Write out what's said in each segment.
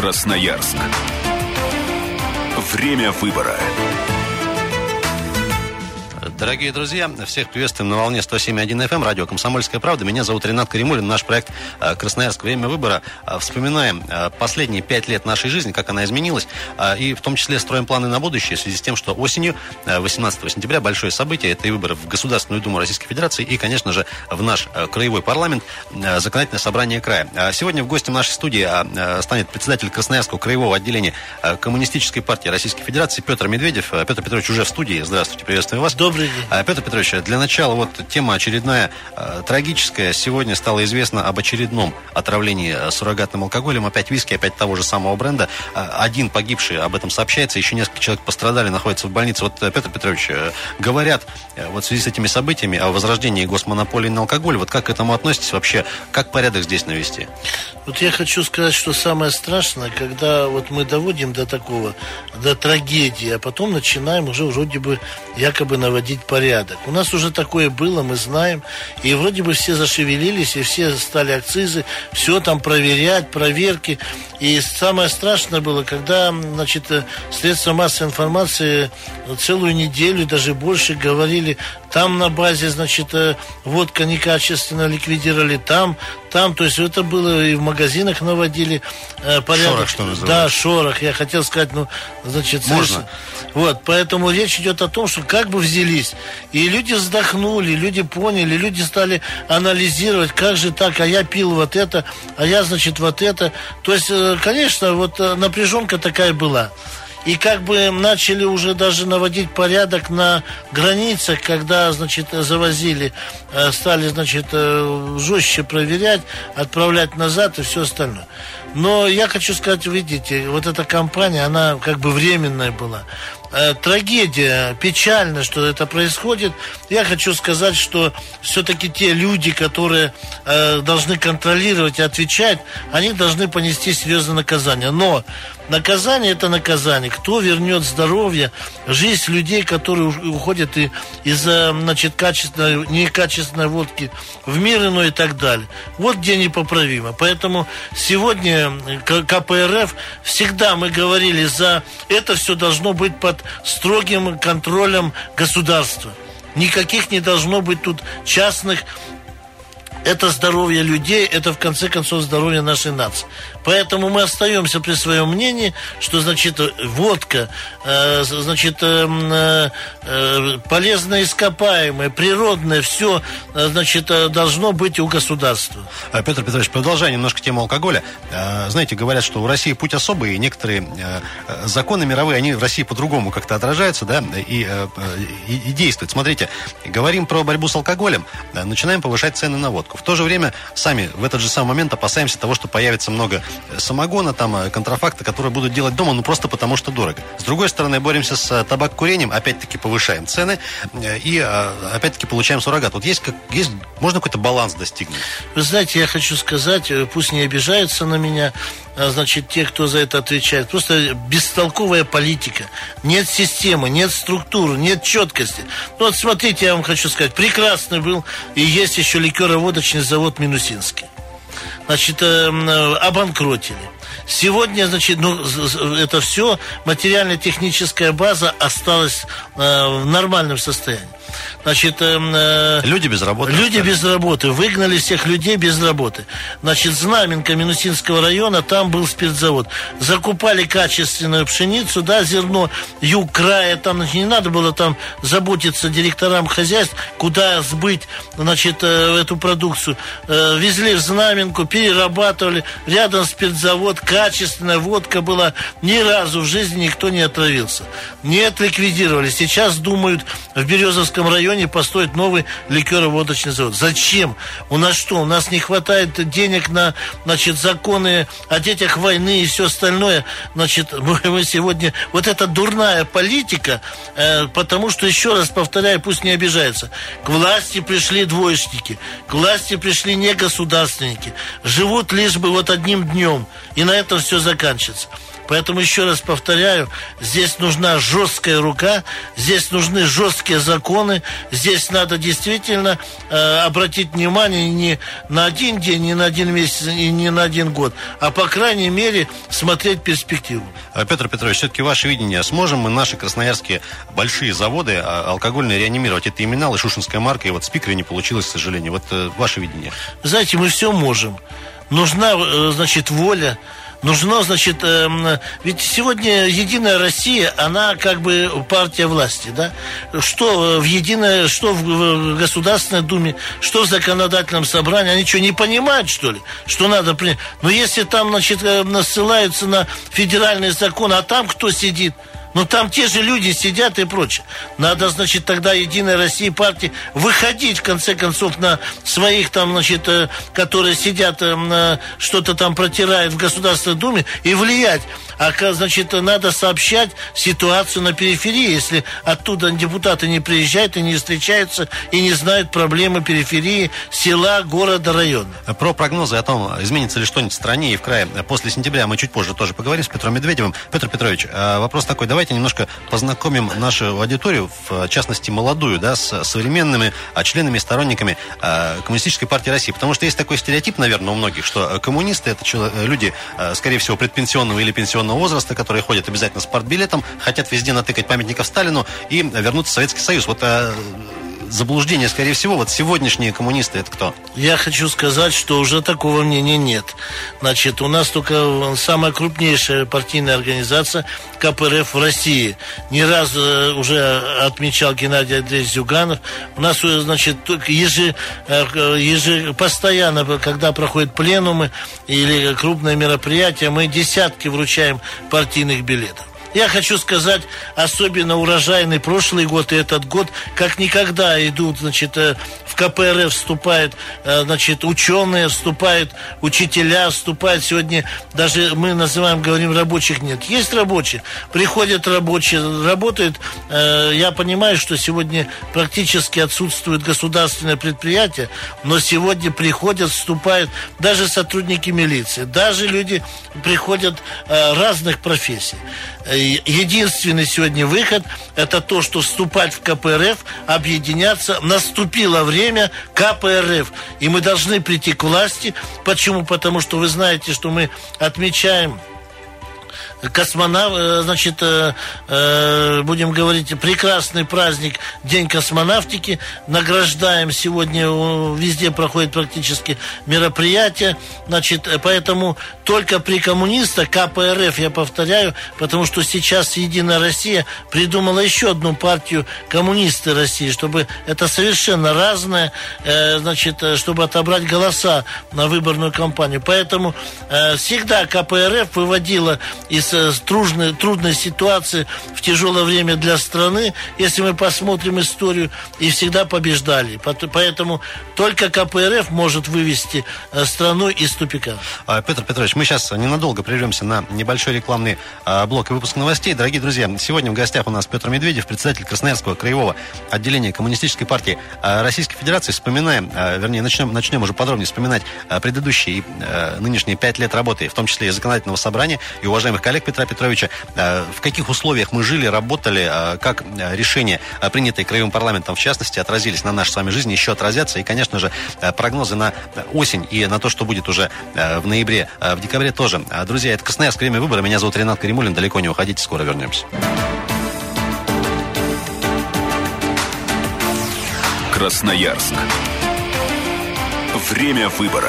Красноярск. Время выбора. Дорогие друзья, всех приветствуем на волне 107.1 FM, радио «Комсомольская правда». Меня зовут Ренат Каримулин, наш проект «Красноярск. Время выбора». Вспоминаем последние 5 лет нашей жизни, как она изменилась, и в том числе строим планы на будущее в связи с тем, что осенью, 18 сентября, большое событие, это и выборы в Государственную Думу Российской Федерации и, конечно же, в наш краевой парламент, законодательное собрание края. Сегодня в гости нашей студии станет председатель Красноярского краевого отделения Коммунистической партии Российской Федерации Петр Медведев. Петр Петрович уже в студии. Здравствуйте, приветствуем вас. Добрый день. Петр Петрович, для начала вот тема очередная, трагическая. Сегодня стало известно об очередном отравлении суррогатным алкоголем. Опять виски, опять того же самого бренда. Один погибший, об этом сообщается. Еще несколько человек пострадали, находятся в больнице. Вот, Петр Петрович, говорят вот в связи с этими событиями о возрождении госмонополии на алкоголь. Вот как к этому относитесь вообще? Как порядок здесь навести? Вот я хочу сказать, что самое страшное, когда вот мы доводим до такого, до трагедии, а потом начинаем уже вроде бы якобы наводить порядок. У нас уже такое было, мы знаем, и вроде бы все зашевелились, и все стали акцизы, все там проверять, проверки. И самое страшное было, когда, значит, средства массовой информации целую неделю, даже больше говорили, там на базе, значит, водка некачественно ликвидировали, там, то есть это было и в магазинах наводили порядок. Шорох, что называется. Да, шорох, я хотел сказать, ну, значит... Можно. Вот, поэтому речь идет о том, что как бы взялись, и люди вздохнули, люди поняли, люди стали анализировать, как же так, а я пил вот это, а я, значит, вот это. То есть, конечно, вот напряженка такая была. И как бы начали уже даже наводить порядок на границах, когда, значит, завозили, стали, значит, жестче проверять, отправлять назад и все остальное. Но я хочу сказать, видите, вот эта кампания, она как бы временная была. Трагедия, печально, что это происходит. Я хочу сказать, что все-таки те люди, которые должны контролировать и отвечать, они должны понести серьезное наказание. Но наказание – это наказание. Кто вернет здоровье, жизнь людей, которые уходят из-за, значит, качественной, некачественной водки в мир иной и так далее. Вот где непоправимо. Поэтому сегодня КПРФ, всегда мы говорили за это, все должно быть под строгим контролем государства. Никаких не должно быть тут частных. Это здоровье людей, это в конце концов здоровье нашей нации. Поэтому мы остаемся при своем мнении, что, значит, водка, значит, полезное ископаемое, природное, все, значит, должно быть у государства. Петр Петрович, продолжая немножко тему алкоголя. Знаете, говорят, что у России путь особый, и некоторые законы мировые, они в России по-другому как-то отражаются, да, и действуют. Смотрите, говорим про борьбу с алкоголем, начинаем повышать цены на водку. В то же время сами в этот же самый момент опасаемся того, что появится много самогона, там, контрафакта, которые будут делать дома, ну, просто потому что дорого. С другой стороны, боремся с табакокурением, опять-таки повышаем цены и, опять-таки, получаем суррогат. Вот есть, можно какой-то баланс достигнуть? Вы знаете, я хочу сказать, пусть не обижаются на меня, значит, те, кто за это отвечает. Просто бестолковая политика. Нет системы, нет структуры, нет четкости. Ну, вот смотрите, я вам хочу сказать, прекрасный был и есть еще ликероводочный завод «Минусинский». Значит, обанкротили. Сегодня, значит, ну, это все, материально-техническая база осталась в нормальном состоянии. Значит, люди без работы. Люди без работы. Выгнали всех людей без работы. Значит, Знаменка Минусинского района, там был спиртзавод. Закупали качественную пшеницу, да, зерно, юг края, там не надо было там заботиться директорам хозяйств, куда сбыть, значит, эту продукцию. Везли в Знаменку, перерабатывали, рядом спиртзавод, качественная водка была. Ни разу в жизни никто не отравился. Нет, ликвидировали. Сейчас думают в Березовском районе построить новый ликероводочный завод. Зачем? У нас что? У нас не хватает денег на, значит, законы о детях войны и все остальное. Значит, мы сегодня... Вот эта дурная политика, потому что, еще раз повторяю, пусть не обижаются, к власти пришли двоечники, к власти пришли не государственники, живут лишь бы вот одним днем, и на этом все заканчивается. Поэтому еще раз повторяю, здесь нужна жесткая рука, здесь нужны жесткие законы, здесь надо действительно обратить внимание не на один день, не на один месяц и не на один год, а по крайней мере смотреть перспективу. Петр Петрович, все-таки ваше видение, сможем мы наши красноярские большие заводы алкогольные реанимировать? Это имена, Шушинская марка, и вот спикера не получилось, к сожалению. Вот ваше видение. Знаете, мы все можем. Нужна, значит, воля. Нужно, значит, ведь сегодня Единая Россия, она как бы партия власти, да? Что в Государственной Думе, что в Законодательном собрании, они что, не понимают, что ли, что надо принять? Но если там, значит, ссылаются на федеральный закон, а там кто сидит? Ну, там те же люди сидят и прочее. Надо, значит, тогда Единой России партии выходить, в конце концов, на своих там, значит, которые сидят, что-то там протирают в Государственной Думе и влиять. А, значит, надо сообщать ситуацию на периферии, если оттуда депутаты не приезжают и не встречаются и не знают проблемы периферии, села, города, района. Про прогнозы о том, изменится ли что-нибудь в стране и в крае после сентября мы чуть позже тоже поговорим с Петром Медведевым. Петр Петрович, вопрос такой, давайте немножко познакомим нашу аудиторию, в частности молодую, да, с современными членами и сторонниками Коммунистической партии России. Потому что есть такой стереотип, наверное, у многих, что коммунисты — это люди, скорее всего, предпенсионного или пенсионного возраста, которые ходят обязательно с партбилетом, хотят везде натыкать памятников Сталину и вернуться в Советский Союз. Вот заблуждение, скорее всего. Вот сегодняшние коммунисты — это кто? Я хочу сказать, что уже такого мнения нет. Значит, у нас только самая крупнейшая партийная организация КПРФ в России. Не раз уже отмечал Геннадий Андреевич Зюганов. У нас, значит, постоянно, когда проходят пленумы или крупные мероприятия, мы десятки вручаем партийных билетов. Я хочу сказать, особенно урожайный прошлый год и этот год, как никогда идут, значит, в КПРФ вступают, значит, ученые, вступают учителя, вступают сегодня, даже мы называем, говорим, рабочих нет. Есть рабочие, приходят рабочие, работают. Я понимаю, что сегодня практически отсутствует государственное предприятие, но сегодня приходят, вступают даже сотрудники милиции, даже люди приходят разных профессий. Единственный сегодня выход — это то, что вступать в КПРФ, объединяться. Наступило время КПРФ, и мы должны прийти к власти. Почему? Потому что вы знаете, что мы отмечаем значит, будем говорить, прекрасный праздник, День космонавтики. Награждаем сегодня, везде проходят практически мероприятия. Значит, поэтому только при коммунистах КПРФ, я повторяю, потому что сейчас Единая Россия придумала еще одну партию, коммунисты России, чтобы это совершенно разное, значит, чтобы отобрать голоса на выборную кампанию. Поэтому всегда КПРФ выводила из трудной ситуации в тяжелое время для страны, если мы посмотрим историю, и всегда побеждали. Поэтому только КПРФ может вывести страну из тупика. Петр Петрович, мы сейчас ненадолго прервемся на небольшой рекламный блок и выпуск новостей. Дорогие друзья, сегодня в гостях у нас Петр Медведев, председатель Красноярского краевого отделения Коммунистической партии Российской Федерации. Вспоминаем, вернее, начнем уже подробнее вспоминать предыдущие и нынешние 5 лет работы, в том числе и законодательного собрания, и уважаемых коллег Петра Петровича. В каких условиях мы жили, работали, как решения, принятые краевым парламентом, в частности, отразились на нашей с вами жизни, еще отразятся. И, конечно же, прогнозы на осень и на то, что будет уже в ноябре, в декабре тоже. Друзья, это Красноярское время выбора. Меня зовут Ренат Каримулин. Далеко не уходите, скоро вернемся. Красноярск. Время выбора.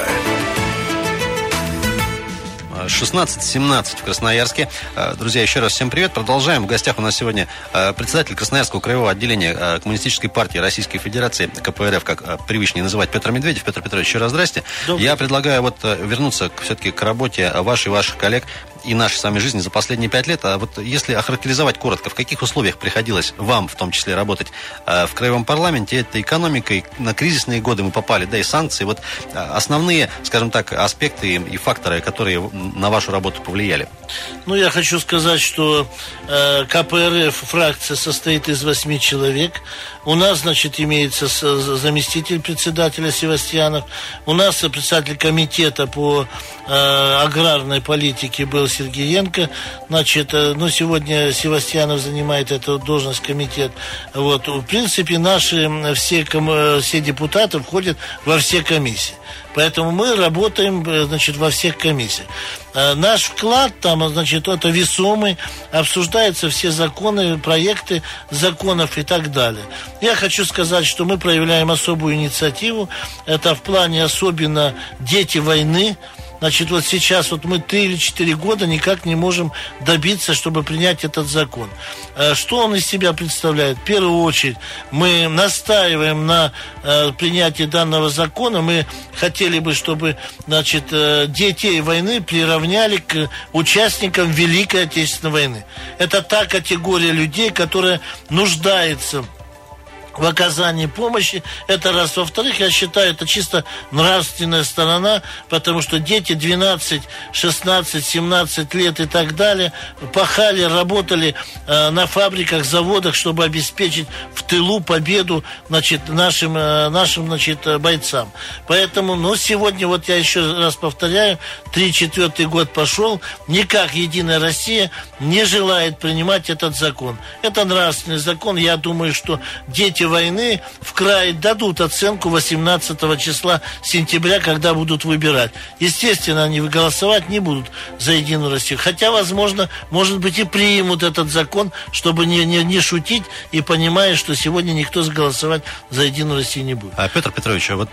16:17 в Красноярске. Друзья, еще раз всем привет. Продолжаем. В гостях у нас сегодня председатель Красноярского краевого отделения Коммунистической партии Российской Федерации, КПРФ, как привычнее называть, Петр Медведев. Петр Петрович, еще раз здрасте. Добрый. Я предлагаю вернуться все-таки к работе ваших коллег и нашей с вами жизни за последние 5 лет. А вот если охарактеризовать коротко, в каких условиях приходилось вам, в том числе, работать в краевом парламенте, это экономикой, на кризисные годы мы попали, да и санкции. Вот основные, скажем так, аспекты и факторы, которые на вашу работу повлияли. Ну, я хочу сказать, что КПРФ, фракция, состоит из 8 человек. У нас, значит, имеется заместитель председателя Севастьянов. У нас председатель комитета по аграрной политике был Сергеенко. Значит, сегодня Севастьянов занимает эту должность, комитет. Вот. В принципе, наши все депутаты входят во все комиссии. Поэтому мы работаем, значит, во всех комиссиях. Наш вклад там, значит, это весомый, обсуждаются все законы, проекты законов и так далее. Я хочу сказать, что мы проявляем особую инициативу. Это в плане особенно дети войны. Значит, вот сейчас вот мы 3 или 4 года никак не можем добиться, чтобы принять этот закон. Что он из себя представляет? В первую очередь мы настаиваем на принятии данного закона. Мы хотели бы, чтобы, значит, детей войны приравняли к участникам Великой Отечественной войны. Это та категория людей, которая нуждается в оказании помощи. Это раз. Во-вторых, я считаю, это чисто нравственная сторона, потому что дети 12, 16, 17 лет и так далее пахали, работали на фабриках, заводах, чтобы обеспечить в тылу победу, значит, нашим значит, бойцам. Поэтому, сегодня, вот я еще раз повторяю, 3-4 год пошел, никак Единая Россия не желает принимать этот закон. Это нравственный закон. Я думаю, что дети войны в крае дадут оценку 18 числа сентября, когда будут выбирать. Естественно, они голосовать не будут за Единую Россию. Хотя, возможно, может быть, и примут этот закон, чтобы не шутить, и понимая, что сегодня никто голосовать за Единую Россию не будет. Петр Петрович, вот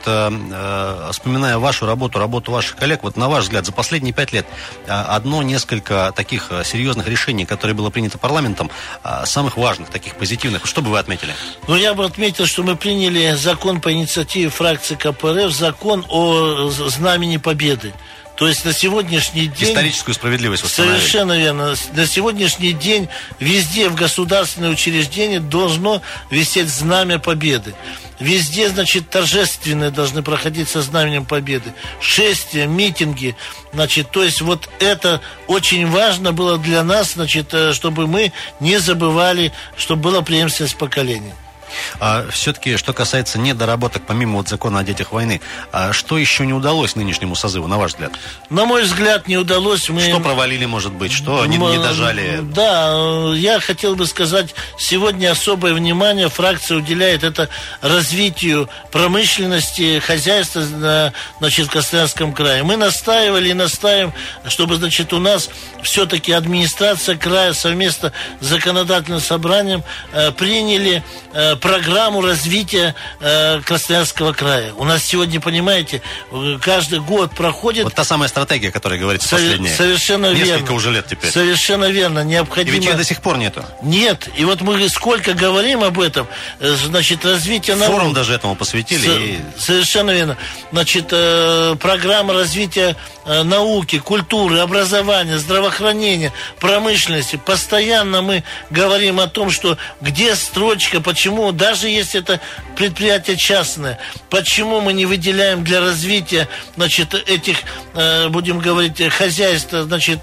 вспоминая вашу работу ваших коллег, вот на ваш взгляд, за последние 5 лет несколько таких серьезных решений, которые было принято парламентом, самых важных, таких позитивных, что бы вы отметили? Я бы отметил, что мы приняли закон по инициативе фракции КПРФ, закон о знамени Победы. То есть на сегодняшний день... Историческую справедливость восстановили. Совершенно верно. На сегодняшний день везде в государственные учреждения должно висеть знамя Победы. Везде, значит, торжественные должны проходить со знаменем Победы. Шествия, митинги, значит, то есть вот это очень важно было для нас, значит, чтобы мы не забывали, чтобы была преемственность поколений. Все-таки, что касается недоработок, помимо закона о детях войны, что еще не удалось нынешнему созыву, на ваш взгляд? На мой взгляд, не удалось. Что провалили, может быть, что не дожали? Да, я хотел бы сказать, сегодня особое внимание фракция уделяет это развитию промышленности, хозяйства, значит, в Красноярском крае. Мы настаивали и настаиваем, чтобы, значит, у нас все-таки администрация края совместно с законодательным собранием приняли программу развития Красноярского края. У нас сегодня, понимаете, каждый год проходит... Вот та самая стратегия, о которой говорится последняя. Совершенно верно. Несколько уже лет теперь. Совершенно верно. Необходимо... И ведь ее до сих пор нету. Нет. И вот мы сколько говорим об этом, значит, развитие науки... Форум даже этому посвятили. Совершенно верно. Значит, программа развития науки, культуры, образования, здравоохранения, промышленности. Постоянно мы говорим о том, что где строчка, почему, даже если это предприятие частное, почему мы не выделяем для развития, значит, этих, будем говорить, хозяйства, значит,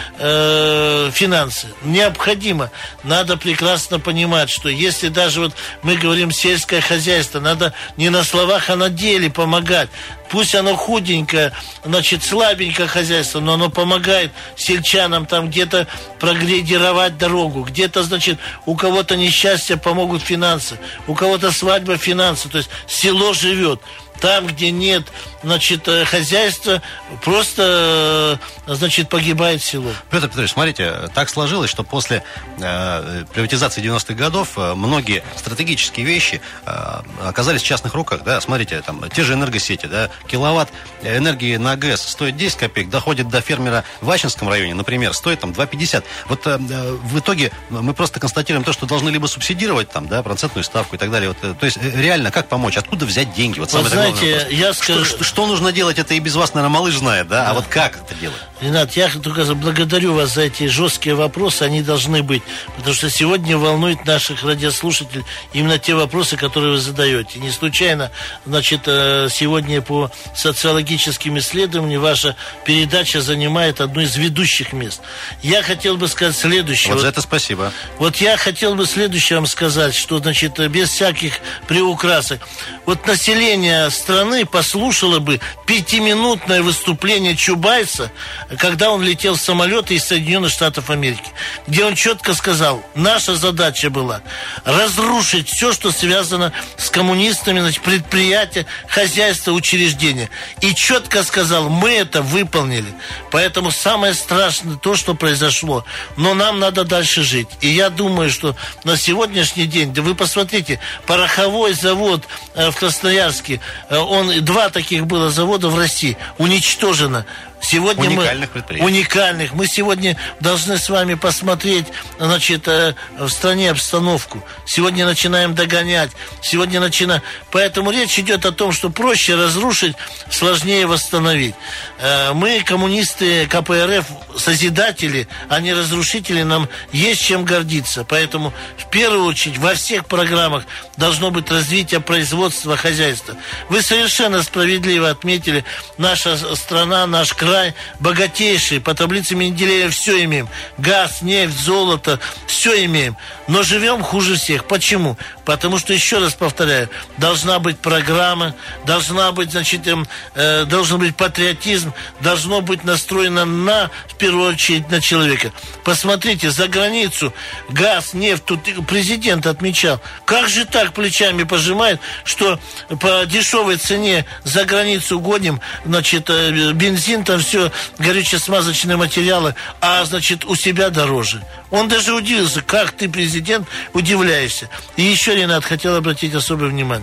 финансы. Необходимо. Надо прекрасно понимать, что если даже вот мы говорим сельское хозяйство, надо не на словах, а на деле помогать. Пусть оно худенькое, значит, слабенькое хозяйство, но оно помогает сельчанам там где-то прогрейдировать дорогу, где-то, значит, у кого-то несчастье помогут финансы, у кого-то свадьба финансы, то есть село живет. Там, где нет, значит, хозяйства, просто, значит, погибает село. Петр Петрович, смотрите, так сложилось, что после приватизации 90-х годов многие стратегические вещи оказались в частных руках. Да? Смотрите, там, те же энергосети, да? Киловатт энергии на ГЭС стоит 10 копеек, доходит до фермера в Ачинском районе, например, стоит там 2,50. Вот в итоге мы просто констатируем то, что должны либо субсидировать там, да, процентную ставку и так далее. Вот, то есть реально как помочь? Откуда взять деньги? Вот самое главное. Я скажу... Что нужно делать, это и без вас, наверное, малыш знает, да? А вот как это делать? Ренат, я только благодарю вас за эти жесткие вопросы, они должны быть, потому что сегодня волнует наших радиослушателей именно те вопросы, которые вы задаете. Не случайно, значит, сегодня по социологическим исследованиям ваша передача занимает одно из ведущих мест. Я хотел бы сказать следующее. Вот за это спасибо. Вот я хотел бы следующее вам сказать, что, значит, без всяких приукрасок. Вот население страны послушало бы 5-минутное выступление Чубайса, когда он летел в самолете из Соединенных Штатов Америки, где он четко сказал, наша задача была разрушить все, что связано с коммунистами, значит, предприятия, хозяйство, учреждения. И четко сказал, мы это выполнили. Поэтому самое страшное то, что произошло. Но нам надо дальше жить. И я думаю, что на сегодняшний день, да вы посмотрите, пороховой завод в Красноярске, два таких было завода в России, уничтожено. Сегодня уникальных. Мы сегодня должны с вами посмотреть, значит, в стране обстановку. Сегодня начинаем догонять. Поэтому речь идет о том, что проще разрушить, сложнее восстановить. Мы, коммунисты КПРФ, созидатели, а не разрушители, нам есть чем гордиться. Поэтому в первую очередь во всех программах должно быть развитие производства, хозяйства. Вы совершенно справедливо отметили, наша страна, наш край богатейший, по таблице Менделеева все имеем. Газ, нефть, золото, все имеем. Но живем хуже всех. Почему? Потому что, еще раз повторяю, должна быть программа, должен быть патриотизм, должно быть настроено в первую очередь на человека. Посмотрите, за границу газ, нефть, тут президент отмечал. Как же так плечами пожимает, что по дешевой цене за границу гоним, бензин, там все, горюче-смазочные материалы, а, у себя дороже. Он даже удивился, как ты, президент, удивляешься. И еще, Ренат, хотел обратить особое внимание.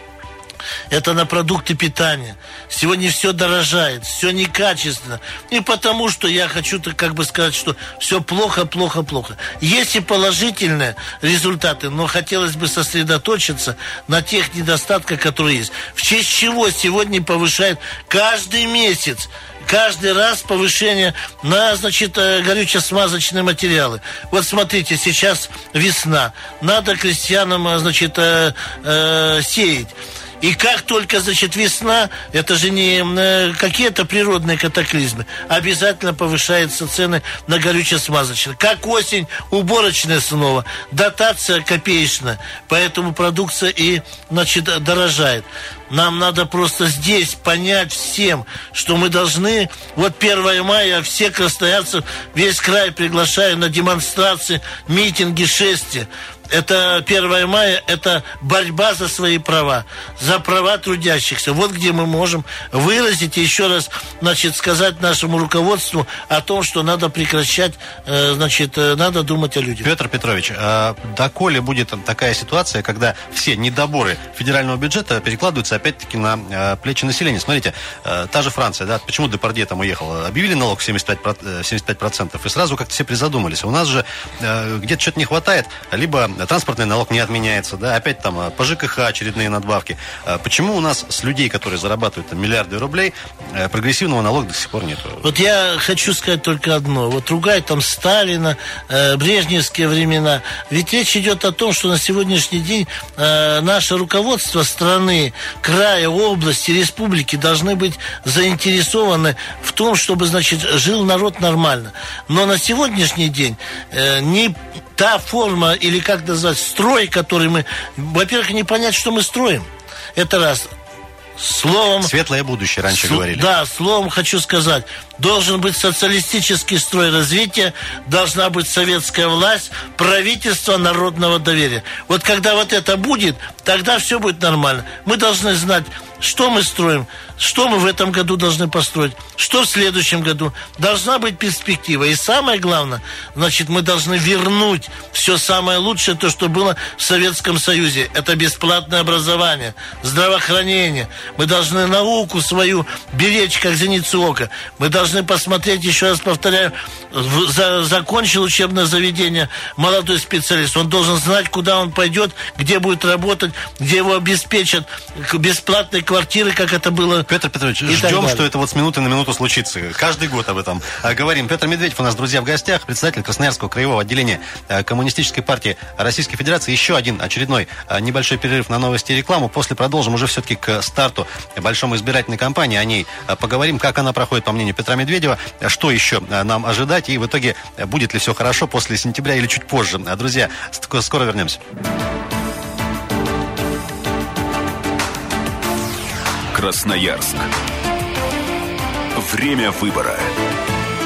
Это на продукты питания. Сегодня все дорожает, все некачественно. И потому что я хочу сказать, что все плохо. Есть и положительные результаты, но хотелось бы сосредоточиться на тех недостатках, которые есть. В честь чего сегодня повышает каждый месяц, каждый раз повышение на, горюче-смазочные материалы. Вот смотрите, сейчас весна. Надо крестьянам, сеять. И как только, весна, это же не какие-то природные катаклизмы, обязательно повышаются цены на горюче-смазочные. Как осень, уборочная снова, дотация копеечная, поэтому продукция и, дорожает. Нам надо просто здесь понять всем, что мы должны, 1 мая, все красноярцев, весь край приглашаю на демонстрации, митинги, шествия. Это 1 мая, это борьба за свои права, за права трудящихся. Вот где мы можем выразить и еще раз, сказать нашему руководству о том, что надо прекращать, надо думать о людях. Петр Петрович, доколе будет такая ситуация, когда все недоборы федерального бюджета перекладываются опять-таки на плечи населения? Смотрите, та же Франция, да, почему Депардье там уехал? Объявили налог в 75%, и сразу как-то все призадумались. У нас же где-то что-то не хватает, либо транспортный налог не отменяется, да, опять там по ЖКХ очередные надбавки. Почему у нас с людей, которые зарабатывают миллиарды рублей, прогрессивного налога до сих пор нет? Вот я хочу сказать только одно. Ругать там Сталина, брежневские времена. Ведь речь идет о том, что на сегодняшний день наше руководство страны, края, области, республики должны быть заинтересованы в том, чтобы, жил народ нормально. Но на сегодняшний день не та форма, или как назвать, строй, который мы... Во-первых, не понять, что мы строим. Это раз. Словом... Светлое будущее, раньше говорили. Да, словом хочу сказать. Должен быть социалистический строй развития, должна быть советская власть, правительство народного доверия. Вот когда это будет, тогда все будет нормально. Мы должны знать, что мы строим, что мы в этом году должны построить, что в следующем году. Должна быть перспектива. И самое главное, мы должны вернуть все самое лучшее, то, что было в Советском Союзе. Это бесплатное образование, здравоохранение. Мы должны науку свою беречь, как зеницу ока. Мы должны посмотреть, еще раз повторяю, закончил учебное заведение молодой специалист. Он должен знать, куда он пойдет, где будет работать, где его обеспечат бесплатной квартиры, как это было. Петр Петрович, ждем, что это с минуты на минуту случится. Каждый год об этом говорим. Петр Медведев у нас, друзья, в гостях, председатель Красноярского краевого отделения Коммунистической партии Российской Федерации. Еще один очередной небольшой перерыв на новости и рекламу. После продолжим уже все-таки к старту большой избирательной кампании. О ней поговорим, как она проходит, по мнению Петра Медведева, что еще нам ожидать и в итоге будет ли все хорошо после сентября или чуть позже. Друзья, скоро вернемся. Красноярск. Время выбора.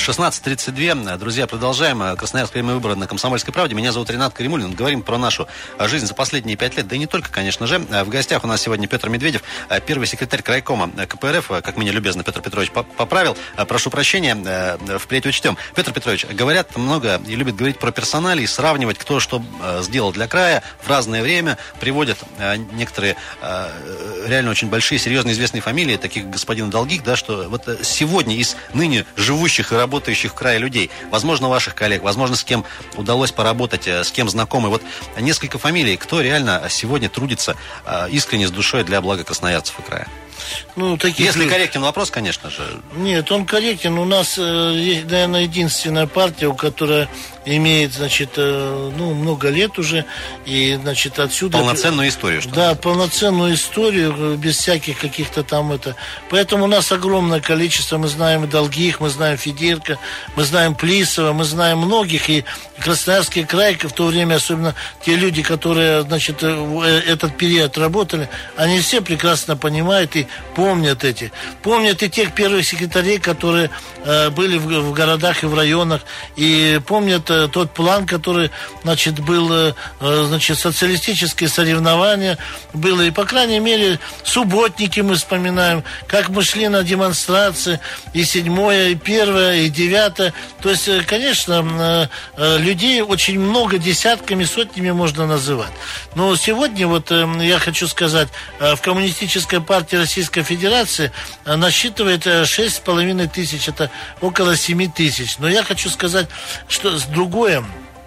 16:32. Друзья, продолжаем. Красноярское время выбора на «Комсомольской правде». Меня зовут Ренат Каримулин. Говорим про нашу жизнь за последние 5 лет. Да и не только, конечно же. В гостях у нас сегодня Петр Медведев, первый секретарь крайкома КПРФ. Как меня любезно Петр Петрович поправил. Прошу прощения, впредь учтем. Петр Петрович, говорят много и любят говорить про персоналии, сравнивать, кто что сделал для края в разное время. Приводят некоторые реально очень большие, серьезные, известные фамилии, таких как господин Долгих, да, что вот сегодня из ныне живущих и работающих в крае людей, возможно, ваших коллег, возможно, с кем удалось поработать, с кем знакомы, вот несколько фамилий, кто реально сегодня трудится искренне, с душой для блага красноярцев и края? Ну, если корректен вопрос, конечно же. Нет, он корректен. У нас есть, наверное, единственная партия, у которой имеет, значит, много лет уже. И, значит, отсюда... Полноценную историю, что? Да, полноценную историю, без всяких каких-то там это... Поэтому у нас огромное количество. Мы знаем Долгих, мы знаем Федерка, мы знаем Плисова, мы знаем многих. И Красноярский край, в то время, особенно те люди, которые, значит, этот период работали, они все прекрасно понимают и помнят эти. Помнят и тех первых секретарей, которые были в городах и в районах. И помнят тот план, который, значит, был, значит, социалистические соревнования было. И, по крайней мере, субботники мы вспоминаем, как мы шли на демонстрации, и 7-е, и 1-е, и 9-е. То есть, конечно, людей очень много, десятками, сотнями можно называть. Но сегодня, вот я хочу сказать, в Коммунистической партии Российской Федерации насчитывает 6,5 тысяч, это около 7 тысяч. Но я хочу сказать, что другое.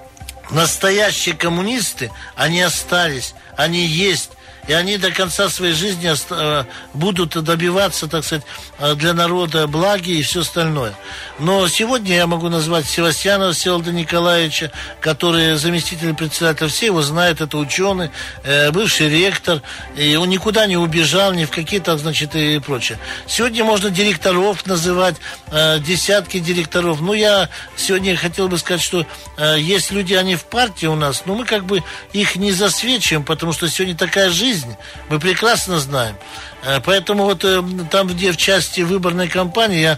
Настоящие коммунисты, они остались, они есть. И они до конца своей жизни будут добиваться, так сказать, для народа благи и все остальное. Но сегодня я могу назвать Севастьянова Всеволода Николаевича, который заместитель председателя, все его знают, это ученый, бывший ректор, и он никуда не убежал, ни в какие-то, значит, и прочее. Сегодня можно директоров называть, десятки директоров. Ну, я сегодня хотел бы сказать, что есть люди, они в партии у нас, но мы как бы их не засвечиваем, потому что сегодня такая жизнь, мы прекрасно знаем. Поэтому вот там, где в части выборной кампании, я,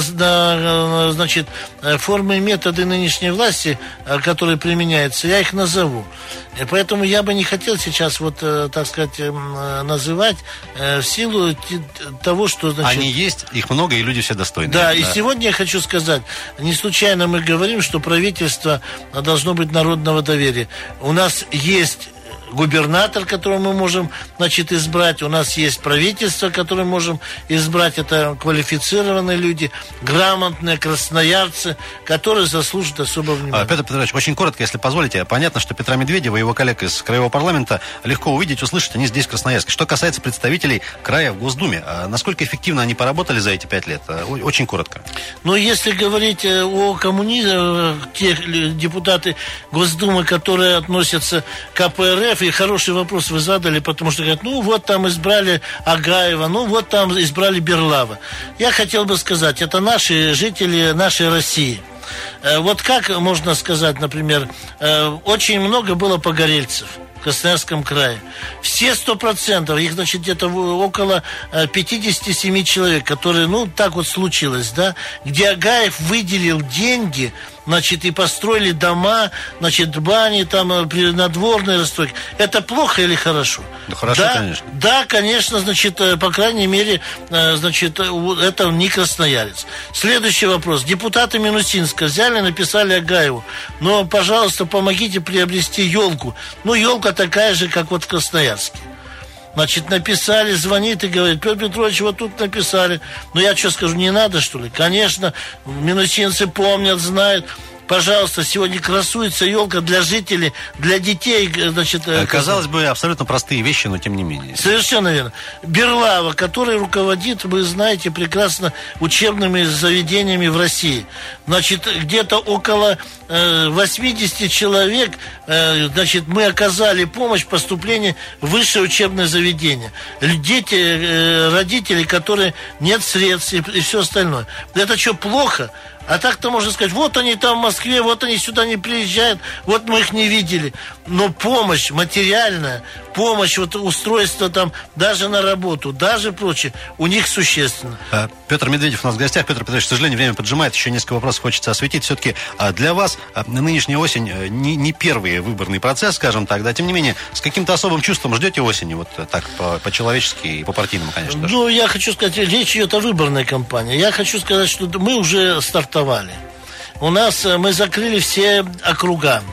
значит, формы и методы нынешней власти, которые применяются, я их назову. Поэтому я бы не хотел сейчас, вот, так сказать, называть в силу того, что, значит... Они есть, их много, и люди все достойны. Да, и сегодня я хочу сказать, не случайно мы говорим, что правительство должно быть народного доверия. У нас есть губернатор, которого мы можем, значит, избрать. У нас есть правительство, которое мы можем избрать. Это квалифицированные люди, грамотные красноярцы, которые заслужат особого внимания. Петр Петрович, очень коротко, если позволите. Понятно, что Петра Медведева и его коллег из Краевого парламента легко увидеть, услышать. Они здесь, в Красноярске. Что касается представителей края в Госдуме, насколько эффективно они поработали за эти 5 лет? Очень коротко. Ну, если говорить о коммунизме, те депутаты Госдумы, которые относятся к КПРФ, и хороший вопрос вы задали, потому что говорят, ну вот там избрали Агаева, ну вот там избрали Берлава. Я хотел бы сказать, это наши жители нашей России. Вот как можно сказать, например, очень много было погорельцев в Красноярском крае. Все 100%, их, значит, где-то около 57 человек, которые, ну, так вот случилось, да, где Агаев выделил деньги, значит, и построили дома, значит, бани, там, надворные расстройки. Это плохо или хорошо? Да хорошо, да, конечно. Да, конечно, значит, по крайней мере, значит, это не красноярец. Следующий вопрос. Депутаты Минусинска взяли, написали Агаеву, но, пожалуйста, помогите приобрести елку. Ну, елка такая же, как вот в Красноярске. Значит, написали, звонит и говорит, Петр Петрович, вот тут написали. Ну, я что скажу, не надо, что ли? Конечно, минусинцы помнят, знают. Пожалуйста, сегодня красуется елка для жителей, для детей, значит... Казалось бы, абсолютно простые вещи, но тем не менее. Совершенно верно. Берлава, который руководит, вы знаете, прекрасно учебными заведениями в России. Значит, где-то около 80 человек, значит, мы оказали помощь в поступлении в высшее учебное заведение. Дети, родители, которые нет средств и все остальное. Это что, плохо? А так-то можно сказать, вот они там в Москве, вот они сюда не приезжают, вот мы их не видели. Но помощь материальная, помощь, вот устройство там даже на работу, даже прочее, у них существенно. Петр Медведев у нас в гостях. Петр Петрович, к сожалению, время поджимает, еще несколько вопросов хочется осветить. Все-таки для вас нынешняя осень не первый выборный процесс, скажем так, да, тем не менее, с каким-то особым чувством ждете осени, вот так, по-человечески и по-партийному, конечно. Ну, я хочу сказать, речь идет о выборной кампании. Я хочу сказать, что мы уже стартовали. Мы закрыли все округа.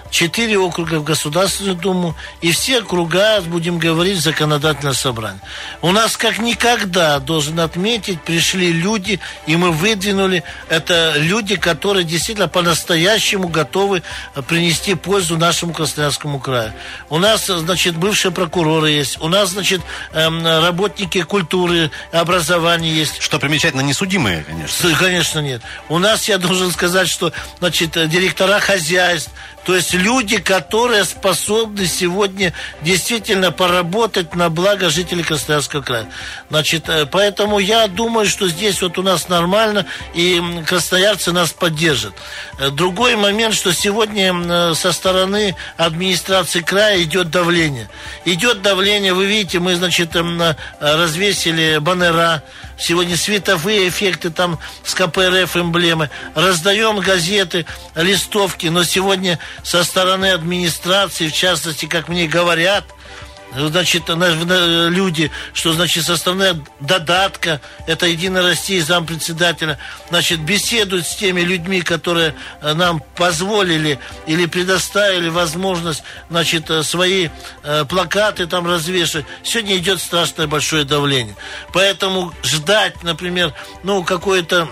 4 округа в Государственную Думу и все округа, будем говорить, законодательное собрание. У нас как никогда, должен отметить, пришли люди, и мы выдвинули. Это люди, которые действительно по-настоящему готовы принести пользу нашему Красноярскому краю. У нас, значит, бывшие прокуроры есть, у нас, значит, работники культуры, образования есть. Что примечательно, не судимые, конечно. Конечно, нет. У нас, я должен сказать, что, значит, директора хозяйств, то есть люди, которые способны сегодня действительно поработать на благо жителей Красноярского края. Значит, поэтому я думаю, что здесь вот у нас нормально, и красноярцы нас поддержат. Другой момент, что сегодня со стороны администрации края идет давление. Идет давление, вы видите, мы, значит, развесили баннера, сегодня световые эффекты там с КПРФ эмблемы, раздаем газеты, листовки, но сегодня со стороны администрации, в частности, как мне говорят, значит, люди, что, значит, составная додатка, это «Единая Россия», зампредседателя, значит, беседуют с теми людьми, которые нам позволили или предоставили возможность, значит, свои плакаты там развешивать. Сегодня идет страшное большое давление. Поэтому ждать, например, какое-то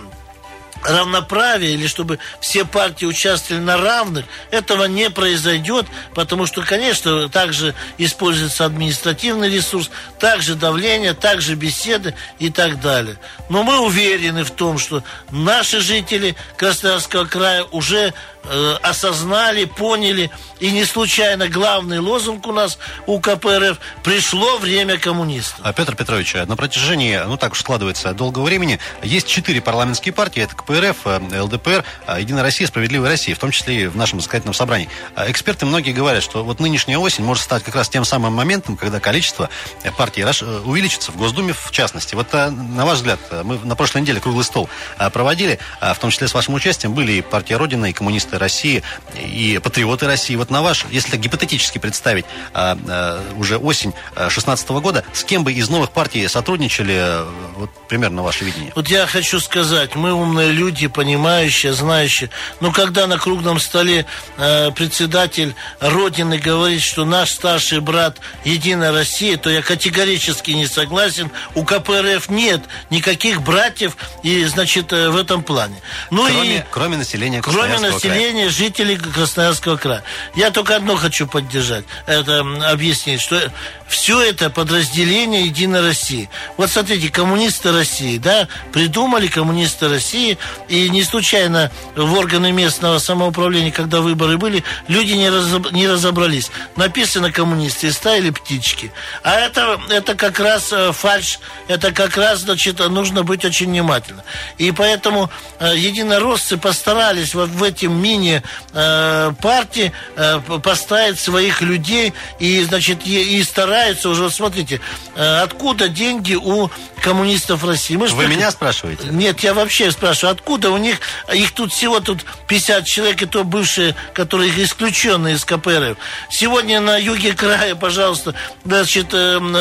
равноправие, или чтобы все партии участвовали на равных, этого не произойдет, потому что, конечно, также используется административный ресурс, также давление, также беседы и так далее. Но мы уверены в том, что наши жители Красноярского края уже осознали, поняли, и не случайно главный лозунг у нас у КПРФ: «Пришло время коммунистов». Петр Петрович, на протяжении, так уж складывается, долгого времени, есть 4 парламентские партии, это КПРФ, ЛДПР, Единая Россия, Справедливая Россия, в том числе и в нашем законодательном собрании. Эксперты многие говорят, что вот нынешняя осень может стать как раз тем самым моментом, когда количество партий увеличится, в Госдуме в частности. Вот на ваш взгляд, мы на прошлой неделе круглый стол проводили, в том числе с вашим участием были и партия Родина, и коммунисты России, и патриоты России. Вот на ваш, если так гипотетически представить, уже осень 2016 года, с кем бы из новых партий сотрудничали, вот примерно ваше видение? Вот я хочу сказать, мы умные люди, понимающие, знающие, но когда на круглом столе председатель Родины говорит, что наш старший брат Единая Россия, то я категорически не согласен. У КПРФ нет никаких братьев, и, значит, в этом плане. Кроме населения Красноярского края. Жителей Красноярского края. Я только одно хочу поддержать, это объяснить, что все это подразделение Единой России. Вот смотрите, коммунисты России, да, придумали коммунисты России, и не случайно в органы местного самоуправления, когда выборы были, люди не разобрались. Написано коммунисты и ставили птички. А это как раз фальшь, это как раз, значит, нужно быть очень внимательным. И поэтому единороссы постарались в этим мини-партии поставить своих людей, и, значит, и стараются уже, вот смотрите, откуда деньги у коммунистов России. Вы меня спрашиваете? Нет, я вообще спрашиваю, откуда у них, их тут всего 50 человек, и то бывшие, которые исключенные из КПРФ. Сегодня на юге края, пожалуйста, значит,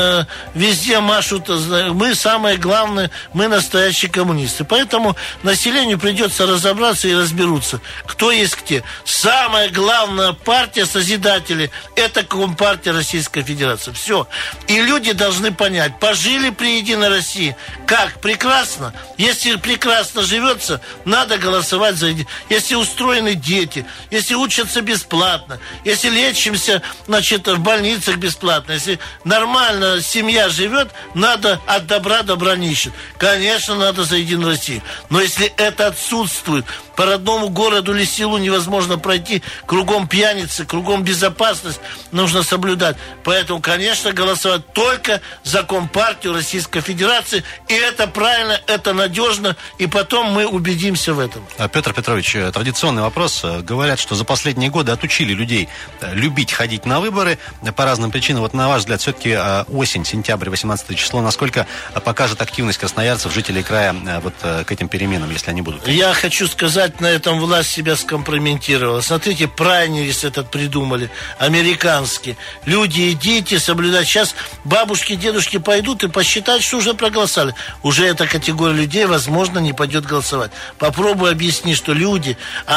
везде машут, мы самые главные, мы настоящие коммунисты. Поэтому населению придется разобраться и разберутся, кто есть где. Самая главная партия созидателей — это Компартия Российской Федерации. Все. И люди должны понять, пожили при Единой России, как прекрасно. Если прекрасно живется, надо голосовать за Единую. Если устроены дети, если учатся бесплатно, если лечимся, значит, в больницах бесплатно, если нормально семья живет, надо от добра добра не ищет. Конечно, надо за Единую Россию. Но если это отсутствует по родному городу или селу, тылу невозможно пройти, кругом пьяницы, кругом безопасность нужно соблюдать. Поэтому, конечно, голосовать только за Компартию Российской Федерации, и это правильно, это надежно, и потом мы убедимся в этом. Петр Петрович, традиционный вопрос. Говорят, что за последние годы отучили людей любить ходить на выборы по разным причинам. Вот на ваш взгляд, все-таки осень, сентябрь, 18 число, насколько покажет активность красноярцев, жителей края вот к этим переменам, если они будут? Я хочу сказать, на этом власть себя скомпрометировала. Смотрите, праймерис этот придумали, американский. Люди, идите, соблюдать. Сейчас бабушки, дедушки пойдут и посчитают, что уже проголосовали. Уже эта категория людей, возможно, не пойдет голосовать. Попробуй объяснить, что люди,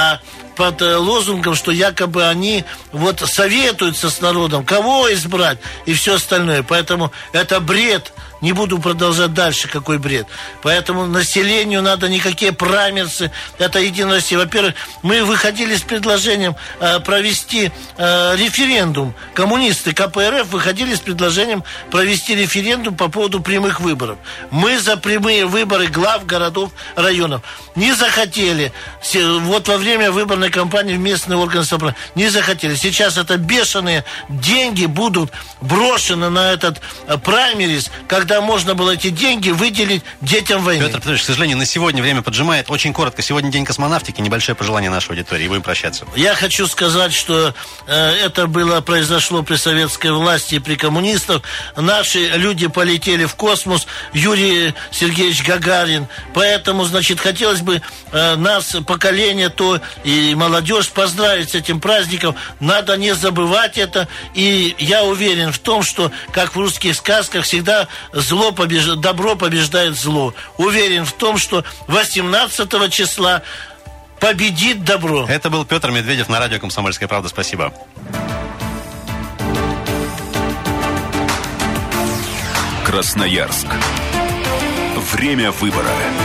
под лозунгом, что якобы они вот советуются с народом, кого избрать и все остальное. Поэтому это бред. Не буду продолжать дальше, какой бред. Поэтому населению надо никакие праймерсы. Это Единая Россия. Во-первых, мы выходили с предложением провести референдум. Коммунисты КПРФ выходили с предложением провести референдум по поводу прямых выборов. Мы за прямые выборы глав городов, районов. Не захотели. Вот во время выборной кампании в местные органы собрания не захотели. Сейчас это бешеные деньги будут брошены на этот праймерис, когда можно было эти деньги выделить детям войны. Петр Петрович, к сожалению, на сегодня время поджимает. Очень коротко. Сегодня день космонавтики. Небольшое пожелание нашей аудитории. И будем прощаться. Я хочу сказать, что это произошло при советской власти и при коммунистах. Наши люди полетели в космос. Юрий Сергеевич Гагарин. Поэтому, значит, хотелось бы нас, поколение, то и молодежь поздравить с этим праздником. Надо не забывать это. И я уверен в том, что, как в русских сказках, всегда добро побеждает зло. Уверен в том, что 18 числа победит добро. Это был Петр Медведев на радио «Комсомольская правда». Спасибо. Красноярск. Время выбора.